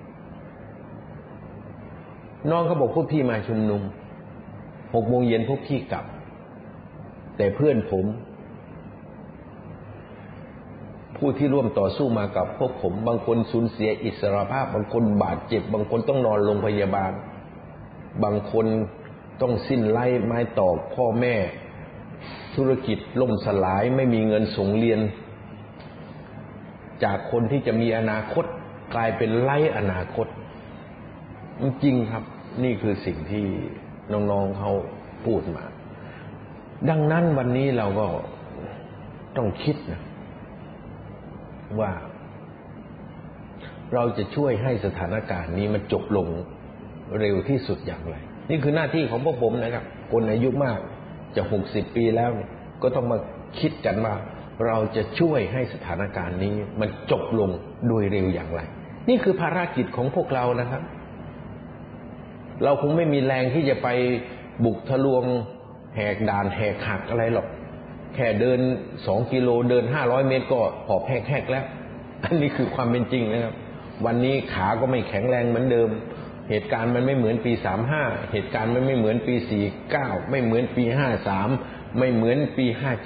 เขาบอกพวกพี่มาชุมนุม6 โมงเย็นพวกพี่กลับแต่เพื่อนผมผู้ที่ร่วมต่อสู้มากับพวกผมบางคนสูญเสียอิสรภาพบางคนบาดเจ็บบางคนต้องนอนโรงพยาบาลบางคนต้องสิ้นไล่ไม้ตอกพ่อแม่ธุรกิจล่มสลายไม่มีเงินส่งเรียนจากคนที่จะมีอนาคตกลายเป็นไร้อนาคตจริงครับนี่คือสิ่งที่น้องๆเขาพูดมาดังนั้นวันนี้เราก็ต้องคิดนะว่าเราจะช่วยให้สถานการณ์นี้มันจบลงเร็วที่สุดอย่างไรนี่คือหน้าที่ของพวกผมนะครับคนอายุมากจะ60 ปีแล้วก็ต้องมาคิดกันว่าเราจะช่วยให้สถานการณ์นี้มันจบลงโดยเร็วอย่างไรนี่คือภารกิจของพวกเรานะครับเราคงไม่มีแรงที่จะไปบุกทะลวงแหกด่านแหกหักอะไรหรอกแค่เดิน2 กิโลเดิน500 เมตรก็หอบแหกแล้วอันนี้คือความเป็นจริงนะครับวันนี้ขาก็ไม่แข็งแรงเหมือนเดิมเหตุการณ์มันไม่เหมือนปี35เหตุการณ์มันไม่เหมือนปี49ไม่เหมือนปี53ไม่เหมือนปี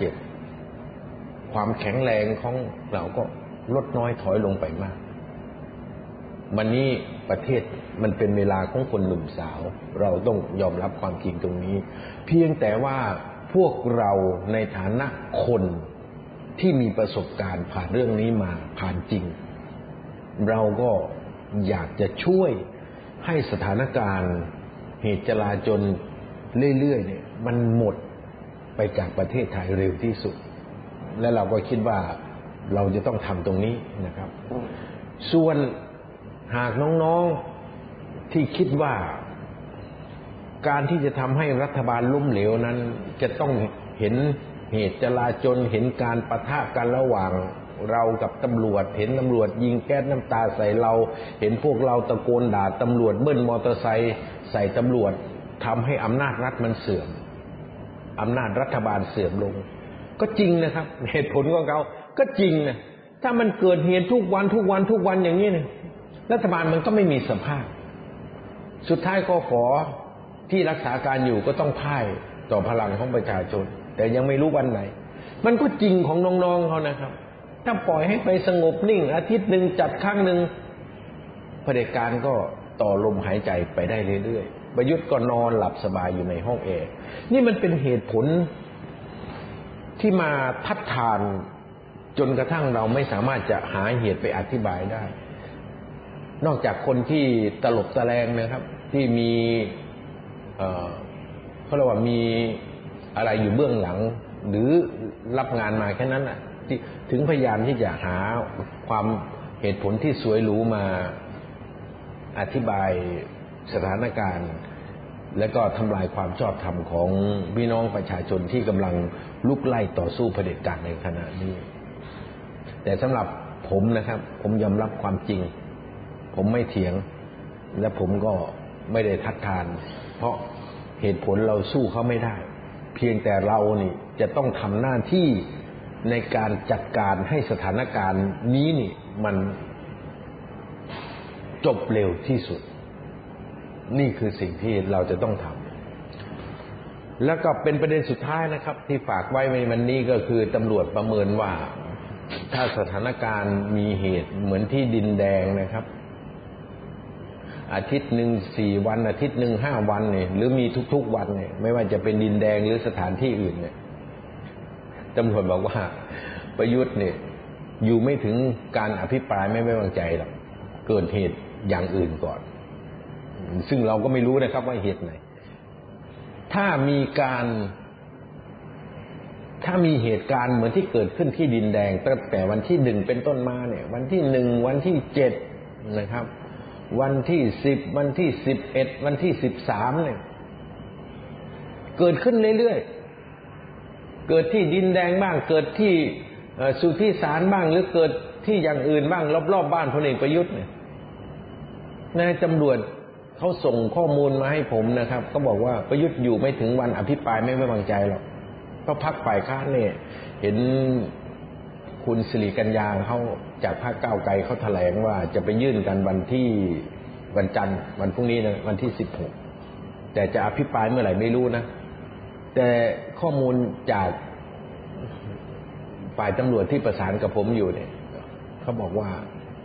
57ความแข็งแรงของเราก็ลดน้อยถอยลงไปมากวันนี้ประเทศมันเป็นเวลาของคนหนุ่มสาวเราต้องยอมรับความจริงตรงนี้เพียงแต่ว่าพวกเราในฐานะคนที่มีประสบการณ์ผ่านเรื่องนี้มาผ่านจริงเราก็อยากจะช่วยให้สถานการณ์เหตุจลาจลเรื่อยๆเนี่ยมันหมดไปจากประเทศไทยเร็วที่สุดและเราก็คิดว่าเราจะต้องทำตรงนี้นะครับส่วนหากน้องๆที่คิดว่าการที่จะทำให้รัฐบาลล้มเหลวนั้นจะต้องเห็นเหตุจลาจลเห็นการปะทะกันระหว่างเรากับตำรวจเห็นตำรวจยิงแก๊สน้ำตาใส่เราเห็นพวกเราตะโกนด่าตำรวจเบิ้ลมอเตอร์ไซค์ใส่ตำรวจทำให้อำนาจรัฐมันเสื่อมอำนาจรัฐบาลเสื่อมลงก็จริงนะครับเหตุผลของเขาก็จริงนะถ้ามันเกิดเหตุทุกวันอย่างนี้เนี่ยรัฐบาลมันก็ไม่มีสภาพสุดท้ายกฟ.ที่รักษาการอยู่ก็ต้องพ่ายต่อพลังของประชาชนแต่ยังไม่รู้วันไหนมันก็จริงของน้องๆเขานะครับถ้าปล่อยให้ไปสงบนิ่งอาทิตย์หนึ่งจัดครั้งหนึ่งเผด็จการก็ต่อลมหายใจไปได้เรื่อยๆประยุทธ์ก็นอนหลับสบายอยู่ในห้องแอร์นี่มันเป็นเหตุผลที่มาทัดทานจนกระทั่งเราไม่สามารถจะหาเหตุไปอธิบายได้นอกจากคนที่ตลบตะแลงนะครับที่มีเขาเรียกว่ามีอะไรอยู่เบื้องหลังหรือรับงานมาแค่นั้นน่ะที่ถึงพยายามที่จะหาความเหตุผลที่สวยหรูมาอธิบายสถานการณ์และก็ทำลายความชอบธรรมของพี่น้องประชาชนที่กำลังลุกไล่ต่อสู้เผด็จการในขณะนี้แต่สำหรับผมนะครับผมยอมรับความจริงผมไม่เถียงและผมก็ไม่ได้ทัดทานเพราะเหตุผลเราสู้เขาไม่ได้เพียงแต่เรานี่จะต้องทำหน้าที่ในการจัดการให้สถานการณ์นี้นี่มันจบเร็วที่สุดนี่คือสิ่งที่เราจะต้องทำแล้วก็เป็นประเด็นสุดท้ายนะครับที่ฝากไว้ในวันนี้ก็คือตำรวจประเมินว่าถ้าสถานการณ์มีเหตุเหมือนที่ดินแดงนะครับอาทิตย์หนึ่ง4 วันอาทิตย์หนึ่ง5 วันเนี่ยหรือมีทุกๆวันเนี่ยไม่ว่าจะเป็นดินแดงหรือสถานที่อื่นเนี่ยตำรวจบอกว่าประยุทธ์เนี่ยอยู่ไม่ถึงการอภิปรายไม่ไว้วางใจหรอกเกิดเหตุอย่างอื่นก่อนซึ่งเราก็ไม่รู้นะครับว่าเหตุไหนถ้ามีเหตุการณ์เหมือนที่เกิดขึ้นที่ดินแดงตั้งแต่วันที่1เป็นต้นมาเนี่ยวันที่1วันที่7นะครับวันที่10วันที่11วันที่13เนี่ยเกิดขึ้นเรื่อยๆเกิดที่ดินแดงบ้างเกิดที่สุทธิสารบ้างหรือเกิดที่อย่างอื่นบ้างรอบๆบ้านพลเอกประยุทธ์เนี่ยนายตำรวจเขาส่งข้อมูลมาให้ผมนะครับเขาบอกว่าประยุทธ์อยู่ไม่ถึงวันอภิปรายไม่ไว้วางใจหรอกเพราะพรรคฝ่ายค้านเนี่ยเห็นคุณสิริกัญญาเขาจากพรรคก้าวไกลเขาแถลงว่าจะไปยื่นกันวันจันทร์วันพรุ่งนี้นะวันที่16แต่จะอภิปรายเมื่อไหร่ไม่รู้นะแต่ข้อมูลจากฝ่ายตำรวจที่ประสานกับผมอยู่เนี่ยเขาบอกว่า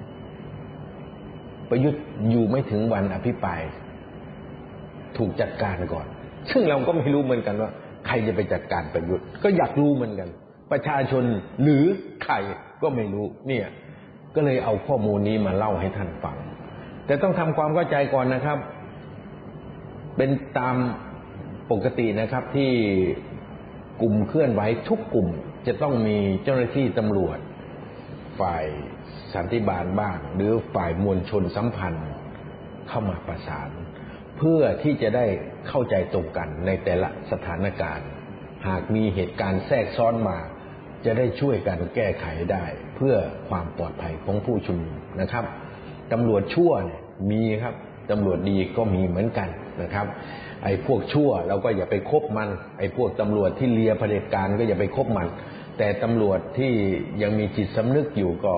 ประยุทธ์อยู่ไม่ถึงวันอภิปรายถูกจัดการก่อนซึ่งเราก็ไม่รู้เหมือนกันว่าใครจะไปจัดการประยุทธ์ก็อยากรู้เหมือนกันประชาชนหรือใครก็ไม่รู้เนี่ยก็เลยเอาข้อมูลนี้มาเล่าให้ท่านฟังแต่ต้องทำความเข้าใจก่อนนะครับเป็นตามปกตินะครับที่กลุ่มเคลื่อนไหวทุกกลุ่มจะต้องมีเจ้าหน้าที่ตำรวจฝ่ายสันติบาลบ้างหรือฝ่ายมวลชนสัมพันธ์เข้ามาประสานเพื่อที่จะได้เข้าใจตรงกันในแต่ละสถานการณ์หากมีเหตุการณ์แทรกซ้อนมาจะได้ช่วยกันแก้ไขได้เพื่อความปลอดภัยของผู้ชุมนุมนะครับตำรวจชั่วมีครับตำรวจดีก็มีเหมือนกันนะครับไอ้พวกชั่วเราก็อย่าไปคบมันไอ้พวกตำรวจที่เลียเผด็จการก็อย่าไปคบมันแต่ตำรวจที่ยังมีจิตสำนึกอยู่ก็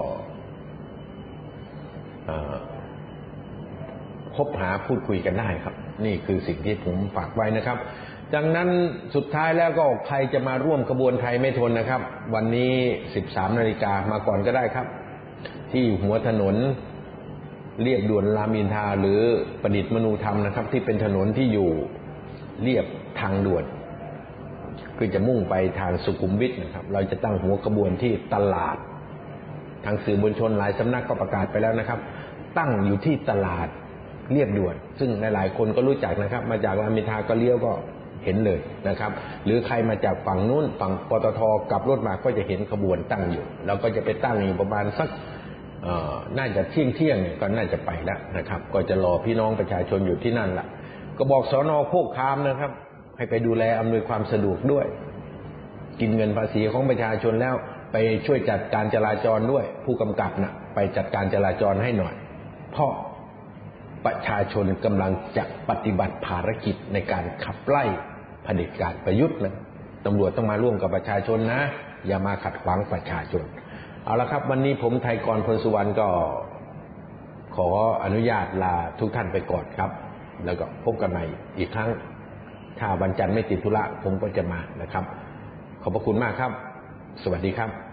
คบหาพูดคุยกันได้ครับนี่คือสิ่งที่ผมฝากไว้นะครับดังนั้นสุดท้ายแล้วก็ใครจะมาร่วมขบวนไทยไม่ทนนะครับวันนี้ 13 นาฬิกามาก่อนก็ได้ครับที่หัวถนนเรียบด่วนรามอินทราหรือประดิษฐ์มนูธรรมนะครับที่เป็นถนนที่อยู่เรียบทางด่วนคือจะมุ่งไปทางสุขุมวิทนะครับเราจะตั้งหัวขบวนที่ตลาดทางสื่อมวลชนหลายสำนักก็ประกาศไปแล้วนะครับตั้งอยู่ที่ตลาดเรียบด่วนซึ่งหลายๆคนก็รู้จักนะครับมาจากรามอินทราก็เลี้ยวก็เห็นเลยนะครับหรือใครมาจากฝั่งนู้นฝั่งปตท.กลับรถมาก็จะเห็นขบวนตั้งอยู่เราก็จะไปตั้งอยู่ประมาณสักน่าจะเที่ยงเนี่ยก็น่าจะไปแล้วนะครับก็จะรอพี่น้องประชาชนอยู่ที่นั่นละก็บอกสน.โคกคามนะครับให้ไปดูแลอำนวยความสะดวกด้วยกินเงินภาษีของประชาชนแล้วไปช่วยจัดการจราจรด้วยผู้กำกับนะไปจัดการจราจรให้หน่อยเพราะประชาชนกำลังจะปฏิบัติภารกิจในการขับไล่เผด็จการประยุทธ์นะตำรวจต้องมาร่วมกับประชาชนนะอย่ามาขัดขวางประชาชนเอาละครับวันนี้ผมไทยกร พลสุวรรณก็ขออนุญาตลาทุกท่านไปก่อนครับแล้วก็พบกันใหม่อีกครั้งถ้าวันจันทร์ไม่ติดธุระผมก็จะมานะครับขอบพระคุณมากครับสวัสดีครับ